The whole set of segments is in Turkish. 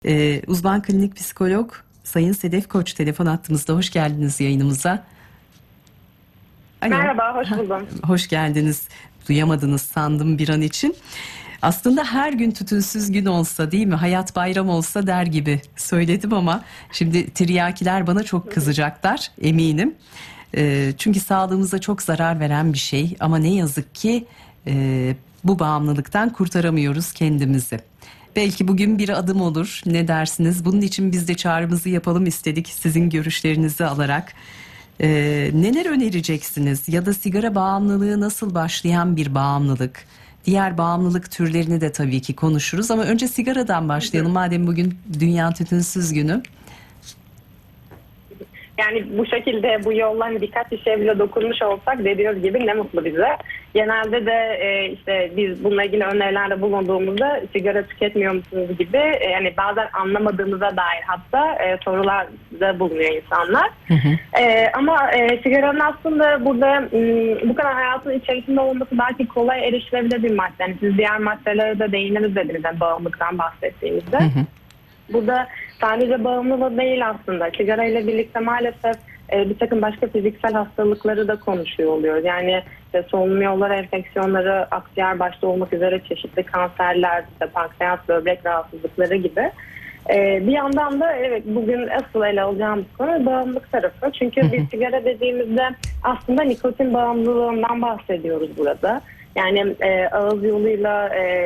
Uzman klinik psikolog Sayın Sedef Koç telefon attığımızda. Hoş geldiniz yayınımıza. Alo. Merhaba, hoş buldum. Hoş geldiniz. Duyamadınız sandım bir an için. Aslında her gün tütünsüz gün olsa, değil mi? Hayat bayram olsa der gibi söyledim ama şimdi tiryakiler bana çok kızacaklar, eminim. Çünkü sağlığımıza çok zarar veren bir şey ama ne yazık ki bu bağımlılıktan kurtaramıyoruz kendimizi. Belki bugün bir adım olur. Ne dersiniz? Bunun için biz de çağrımızı yapalım istedik, sizin görüşlerinizi alarak. Neler önereceksiniz? Ya da sigara bağımlılığı nasıl başlayan bir bağımlılık? Diğer bağımlılık türlerini de tabii ki konuşuruz ama önce sigaradan başlayalım. Madem bugün Dünya Tütünsüz Günü. Yani bu şekilde bu yolla birkaç işe bile dokunmuş olsak dediğiniz gibi ne mutlu bize. Genelde de işte biz bununla ilgili önerilerde bulunduğumuzda sigara tüketmiyor musunuz gibi yani bazen anlamadığımıza dair hatta sorularda bulunuyor insanlar. Hı hı. Ama sigaranın aslında burada bu kadar hayatın içerisinde olması belki kolay erişilebilir bir madde. Yani siz diğer maddelere de değiniriz dediniz, yani bağımlılıktan bahsettiğimizde. Hı hı. Burada sadece bağımlılığı değil aslında. Sigara ile birlikte maalesef bir takım başka fiziksel hastalıkları da konuşuyor oluyoruz. Yani işte solunum yolları enfeksiyonları, akciğer başta olmak üzere çeşitli kanserler, işte pankreas, böbrek rahatsızlıkları gibi. Bir yandan da evet bugün asıl ele alacağımız konu bağımlılık tarafı. Çünkü bir sigara dediğimizde aslında nikotin bağımlılığından bahsediyoruz burada. Yani ağız yoluyla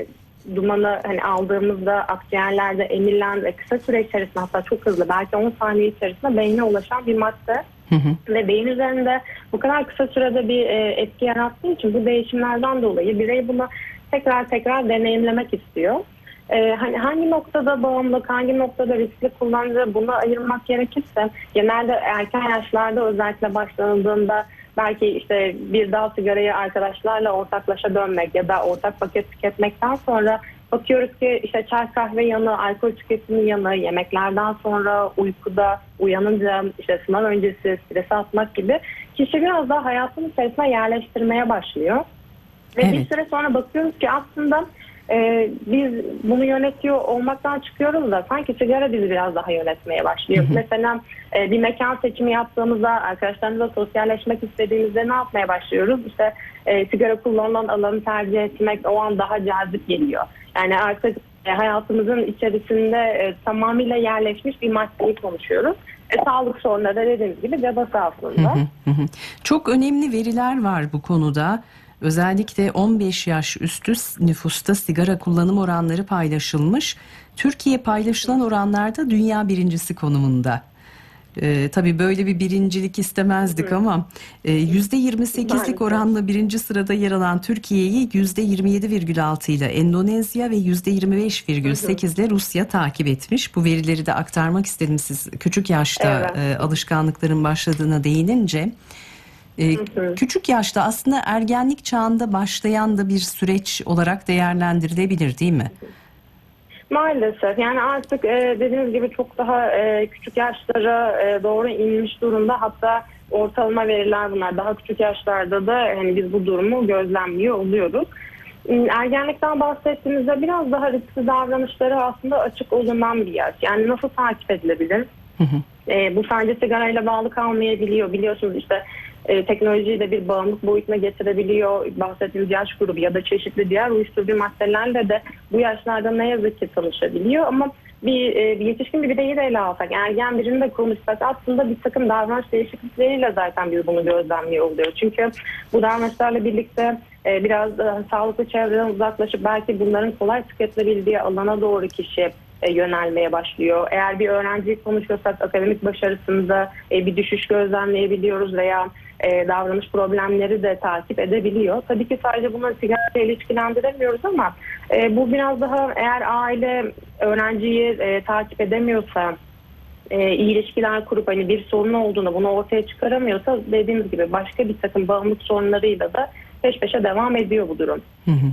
dumanı hani aldığımızda akciğerlerde emilen ve kısa süre içerisinde, hatta çok hızlı belki 10 saniye içerisinde beyne ulaşan bir madde. Hı hı. Ve beyin üzerinde bu kadar kısa sürede bir etki yarattığı için bu değişimlerden dolayı birey bunu tekrar deneyimlemek istiyor. Hani hangi noktada bağımlılık, hangi noktada riskli kullanıcı, bunu ayırmak gerekirse genelde erken yaşlarda özellikle başlanıldığında belki işte bir dal sigarayı arkadaşlarla ortaklaşa dönmek ya da ortak paket tüketmekten sonra bakıyoruz ki işte çay kahve yanı, alkol tüketimi yanı, yemeklerden sonra, uykuda, uyanınca, işte sınav öncesi stresi atmak gibi kişi biraz daha hayatın içerisine yerleştirmeye başlıyor. Ve Evet. bir süre sonra bakıyoruz ki aslında biz bunu yönetiyor olmaktan çıkıyoruz da sanki sigara bizi biraz daha yönetmeye başlıyor. Hı hı. Mesela bir mekan seçimi yaptığımızda, arkadaşlarımızla sosyalleşmek istediğimizde ne yapmaya başlıyoruz? İşte sigara kullanılan alanı tercih etmek o an daha cazip geliyor. Yani artık hayatımızın içerisinde tamamıyla yerleşmiş bir maddeyi konuşuyoruz. Sağlık sorunları da dediğimiz gibi cabası aslında. Hı hı hı. Çok önemli veriler var bu konuda. Özellikle 15 yaş üstü nüfusta sigara kullanım oranları paylaşılmış. Türkiye paylaşılan oranlarda dünya birincisi konumunda. Tabii böyle bir birincilik istemezdik ama %28'lik oranla birinci sırada yer alan Türkiye'yi %27,6 ile Endonezya ve %25,8 ile Rusya takip etmiş. Bu verileri de aktarmak istedim, siz küçük yaşta Evet. alışkanlıkların başladığına değinince. Küçük yaşta aslında ergenlik çağında başlayan da bir süreç olarak değerlendirilebilir, değil mi? Maalesef yani artık dediğiniz gibi çok daha küçük yaşlara doğru inmiş durumda, hatta ortalama veriler bunlar. Daha küçük yaşlarda da hani biz bu durumu gözlemliyor oluyoruz. Ergenlikten bahsettiğimizde biraz daha riskli davranışları aslında açık olunan bir yaş. Yani nasıl takip edilebilir? Hı hı. Bu sadece sigarayla bağlı kalmayabiliyor. Biliyorsunuz işte teknolojiyi de bir bağımlılık boyutuna getirebiliyor. Bahsettiğimiz yaş grubu ya da çeşitli diğer uyuşturucu maddelerle de bu yaşlarda ne yazık ki tanışabiliyor. Ama bir yetişkin bir bireyi de ele alsak, ergen birini de konuşsak aslında bir takım davranış değişiklikleriyle zaten biz bunu gözlemliyor oluyoruz. Çünkü bu davranışlarla birlikte biraz sağlıklı çevreden uzaklaşıp belki bunların kolay tüketilebildiği alana doğru kişi yönelmeye başlıyor. Eğer bir öğrenciyi konuşuyorsak akademik başarısında bir düşüş gözlemleyebiliyoruz veya davranış problemleri de takip edebiliyor. Tabii ki sadece bunları sigarayla ilişkilendiremiyoruz ama bu biraz daha, eğer aile öğrenciyi takip edemiyorsa, iyi ilişkiler kurup hani bir sorun olduğunu bunu ortaya çıkaramıyorsa, dediğimiz gibi başka bir takım bağımlılık sorunlarıyla da peş peşe devam ediyor bu durum. Hı hı.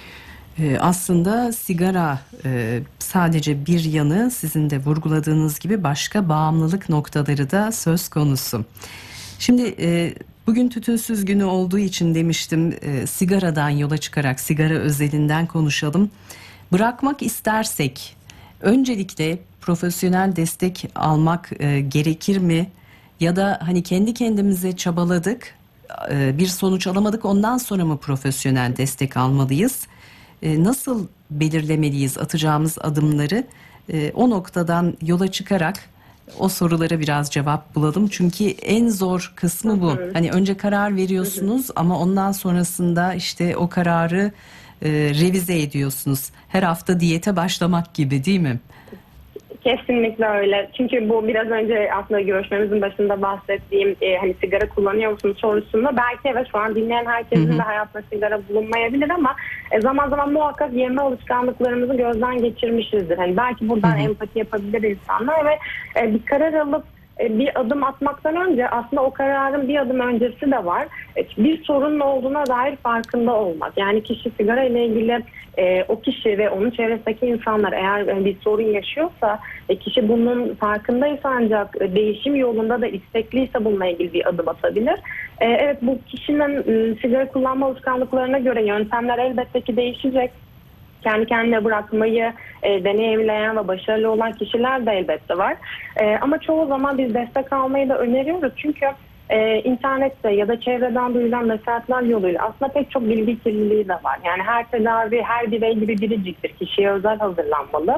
Aslında sigara sadece bir yanı, sizin de vurguladığınız gibi başka bağımlılık noktaları da söz konusu. Şimdi bugün tütünsüz günü olduğu için demiştim, sigaradan yola çıkarak sigara özelinden konuşalım. Bırakmak istersek öncelikle profesyonel destek almak gerekir mi? Ya da hani kendi kendimize çabaladık, bir sonuç alamadık, ondan sonra mı profesyonel destek almalıyız? Nasıl belirlemeliyiz atacağımız adımları? O noktadan yola çıkarak o sorulara biraz cevap bulalım. Çünkü en zor kısmı bu. Hani önce karar veriyorsunuz ama ondan sonrasında işte o kararı revize ediyorsunuz. Her hafta diyete başlamak gibi, değil mi? Kesinlikle öyle. Çünkü bu biraz önce aslında görüşmemizin başında bahsettiğim hani sigara kullanıyor musun sorusunda belki evet şu an dinleyen herkesin de hayatında sigara bulunmayabilir ama zaman zaman muhakkak yeme alışkanlıklarımızı gözden geçirmişizdir. Hani belki buradan empati yapabilir insanlar ve bir karar alıp bir adım atmaktan önce aslında o kararın bir adım öncesi de var. Bir sorunun olduğuna dair farkında olmak. Yani kişi sigara ile ilgili o kişi ve onun çevresindeki insanlar eğer bir sorun yaşıyorsa kişi bunun farkındaysa ancak değişim yolunda da istekliyse bununla ilgili bir adım atabilir. Evet, bu kişinin sigara kullanma alışkanlıklarına göre yöntemler elbette ki değişecek. Kendi kendine bırakmayı deneyimleyen ve başarılı olan kişiler de elbette var. Ama çoğu zaman biz destek almayı da öneriyoruz. Çünkü internette ya da çevreden duyulan nasihatler yoluyla aslında pek çok bilgi kirliliği de var. Yani her tedavi her birey gibi biriciktir. Kişiye özel hazırlanmalı.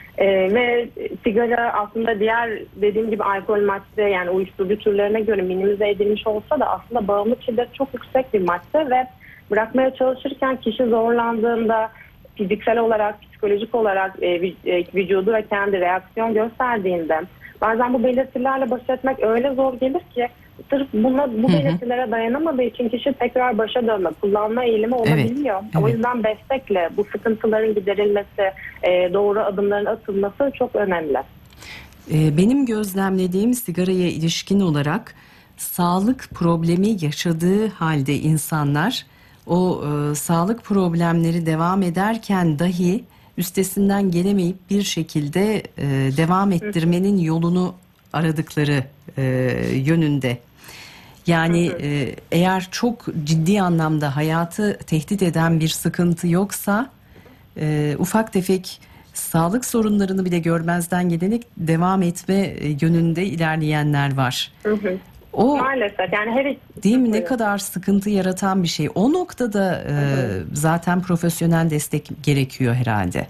Ve sigara aslında diğer dediğim gibi alkol madde yani uyuşturucu türlerine göre minimize edilmiş olsa da aslında bağımlılık şiddeti çok yüksek bir madde ve bırakmaya çalışırken kişi zorlandığında fiziksel olarak, psikolojik olarak vücudu ve kendi reaksiyon gösterdiğinde bazen bu belirtilerle baş etmek öyle zor gelir ki sırf bu belirtilere dayanamadığı için kişi tekrar başa dönme, kullanma eğilimi olabiliyor. Evet. O yüzden destekle bu sıkıntıların giderilmesi, doğru adımların atılması çok önemli. Benim gözlemlediğim sigaraya ilişkin olarak sağlık problemi yaşadığı halde insanlar o sağlık problemleri devam ederken dahi üstesinden gelemeyip bir şekilde devam ettirmenin yolunu aradıkları yönünde. Yani eğer çok ciddi anlamda hayatı tehdit eden bir sıkıntı yoksa ufak tefek sağlık sorunlarını bile görmezden gelerek devam etme yönünde ilerleyenler var. O maalesef yani değil mi, ne kadar sıkıntı yaratan bir şey. O noktada zaten profesyonel destek gerekiyor herhalde.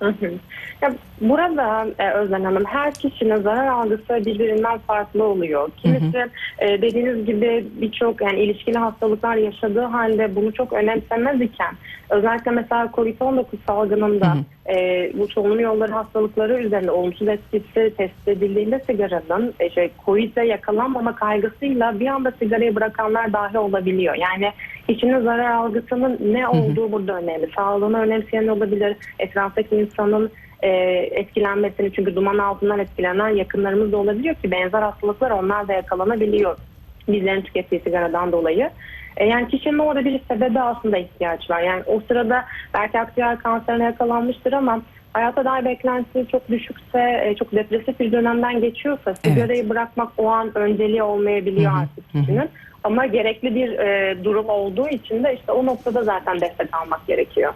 Ya burada Özlem Hanım her kişinin zarar algısı birbirinden farklı oluyor. Kimisi dediğiniz gibi birçok yani ilişkili hastalıklar yaşadığı halde bunu çok önemsemez iken özellikle mesela COVID-19 salgınında bu solunum yolları hastalıkları üzerinde olumsuz etkisi tespit edildiğinde sigaranın COVID'e yakalanmama kaygısıyla bir anda sigarayı bırakanlar dahi olabiliyor. Yani kişinin zarar algısının ne olduğu burada önemli. Sağlığını önemseyen olabilir. Etraftaki insanın etkilenmesini çünkü duman altından etkilenen yakınlarımız da olabiliyor ki benzer hastalıklar onlar da yakalanabiliyor. Bizlerin tükettiği sigaradan dolayı. Yani kişinin orada bir sebebe aslında ihtiyaç var. Yani o sırada belki akciğer kanserine yakalanmıştır ama hayata dair beklentisi çok düşükse, çok depresif bir dönemden geçiyorsa sigarayı bırakmak o an önceliği olmayabiliyor artık kişinin. Ama gerekli bir durum olduğu için de işte o noktada zaten destek almak gerekiyor.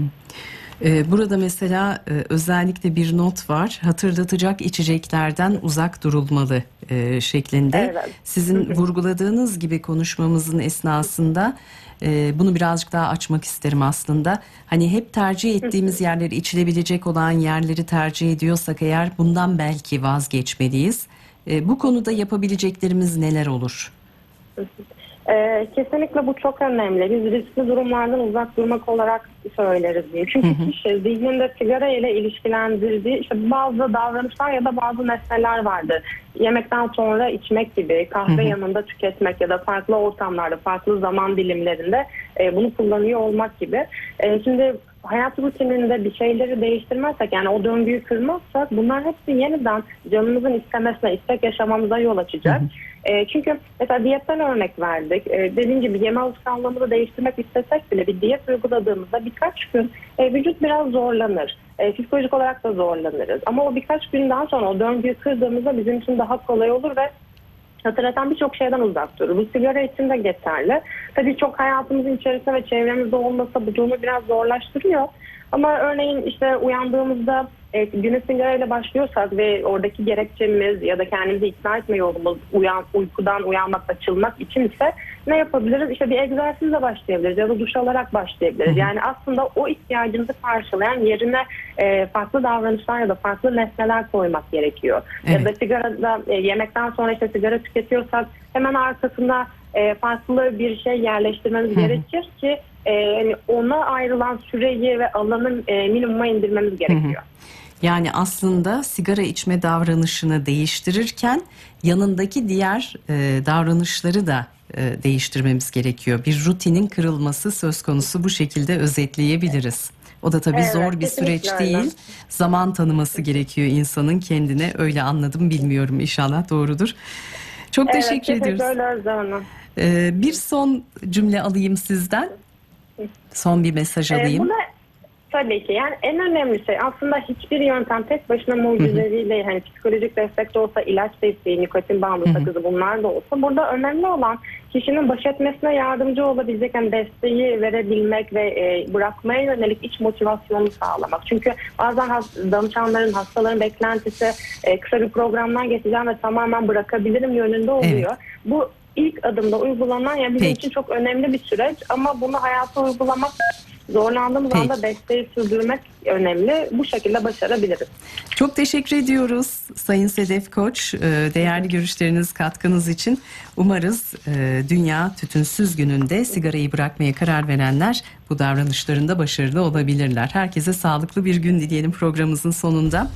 Burada mesela özellikle bir not var. Hatırlatacak içeceklerden uzak durulmalı şeklinde. Evet. Sizin vurguladığınız gibi konuşmamızın esnasında bunu birazcık daha açmak isterim aslında. Hani hep tercih ettiğimiz yerleri, içilebilecek olan yerleri tercih ediyorsak eğer bundan belki vazgeçmeliyiz. Bu konuda yapabileceklerimiz neler olur? Kesinlikle bu çok önemli. Biz riskli durumlardan uzak durmak olarak söyleriz diye. Çünkü kişi zihninde sigara ile ilişkilendirdiği işte bazı davranışlar ya da bazı nesneler vardır. Yemekten sonra içmek gibi, kahve yanında tüketmek ya da farklı ortamlarda, farklı zaman dilimlerinde bunu kullanıyor olmak gibi. Şimdi hayat rutininde bir şeyleri değiştirmezsek yani o döngüyü kırmazsak bunlar hepsi yeniden canımızın istemesine, istek yaşamamıza yol açacak. Çünkü mesela diyetten örnek verdik. Dediğim gibi yeme alışkanlığımızı değiştirmek istesek bile bir diyet uyguladığımızda birkaç gün vücut biraz zorlanır. Psikolojik olarak da zorlanırız. Ama o birkaç günden sonra o döngüyü kırdığımızda bizim için daha kolay olur ve hatırlatan birçok şeyden uzak durur. Bu sigara için de geçerli. Tabii çok hayatımızın içerisinde ve çevremizde olmasa bu durumu biraz zorlaştırıyor. Ama örneğin işte uyandığımızda güne sigarayla başlıyorsak ve oradaki gerekçemiz ya da kendimizi ikna etme yolumuz uykudan uyanmak, açılmak içinse ne yapabiliriz? İşte bir egzersizle başlayabiliriz ya da duş alarak başlayabiliriz. Yani aslında o ihtiyacımızı karşılayan yerine farklı davranışlar ya da farklı nesneler koymak gerekiyor. Evet. Ya da sigarada yemekten sonra işte sigara tüketiyorsak hemen arkasına farklı bir şey yerleştirmemiz gerekir ki yani ona ayrılan süreyi ve alanı minimuma indirmemiz gerekiyor. Yani aslında sigara içme davranışını değiştirirken yanındaki diğer davranışları da değiştirmemiz gerekiyor. Bir rutinin kırılması söz konusu, bu şekilde özetleyebiliriz. O da tabii Evet, zor bir kesinlikle süreç öyle. değil. Zaman tanıması gerekiyor insanın kendine. Öyle anladım, bilmiyorum, inşallah doğrudur. Çok Evet, teşekkür ediyoruz. öyle Özlem Hanım. Bir son cümle alayım sizden. Son bir mesaj alayım. Buna tabii ki yani en önemli şey aslında hiçbir yöntem tek başına mucizevi değil. Hani psikolojik destek de olsa, ilaç desteği, nikotin bağımlı sakızı bunlar da olsa. Burada önemli olan kişinin baş etmesine yardımcı olabilecek yani desteği verebilmek ve bırakmaya yönelik iç motivasyonu sağlamak. Çünkü bazen danışanların, hastaların beklentisi kısa bir programdan geçeceğim ve tamamen bırakabilirim yönünde oluyor. Evet. Bu ilk adımda uygulanan yani bizim Peki. için çok önemli bir süreç ama bunu hayata uygulamak zorlandığımız Peki. anda desteği sürdürmek önemli. Bu şekilde başarabiliriz. Çok teşekkür ediyoruz Sayın Sedef Koç. Değerli görüşleriniz, katkınız için. Umarız Dünya Tütünsüz Günü'nde sigarayı bırakmaya karar verenler bu davranışlarında başarılı olabilirler. Herkese sağlıklı bir gün dileyelim programımızın sonunda.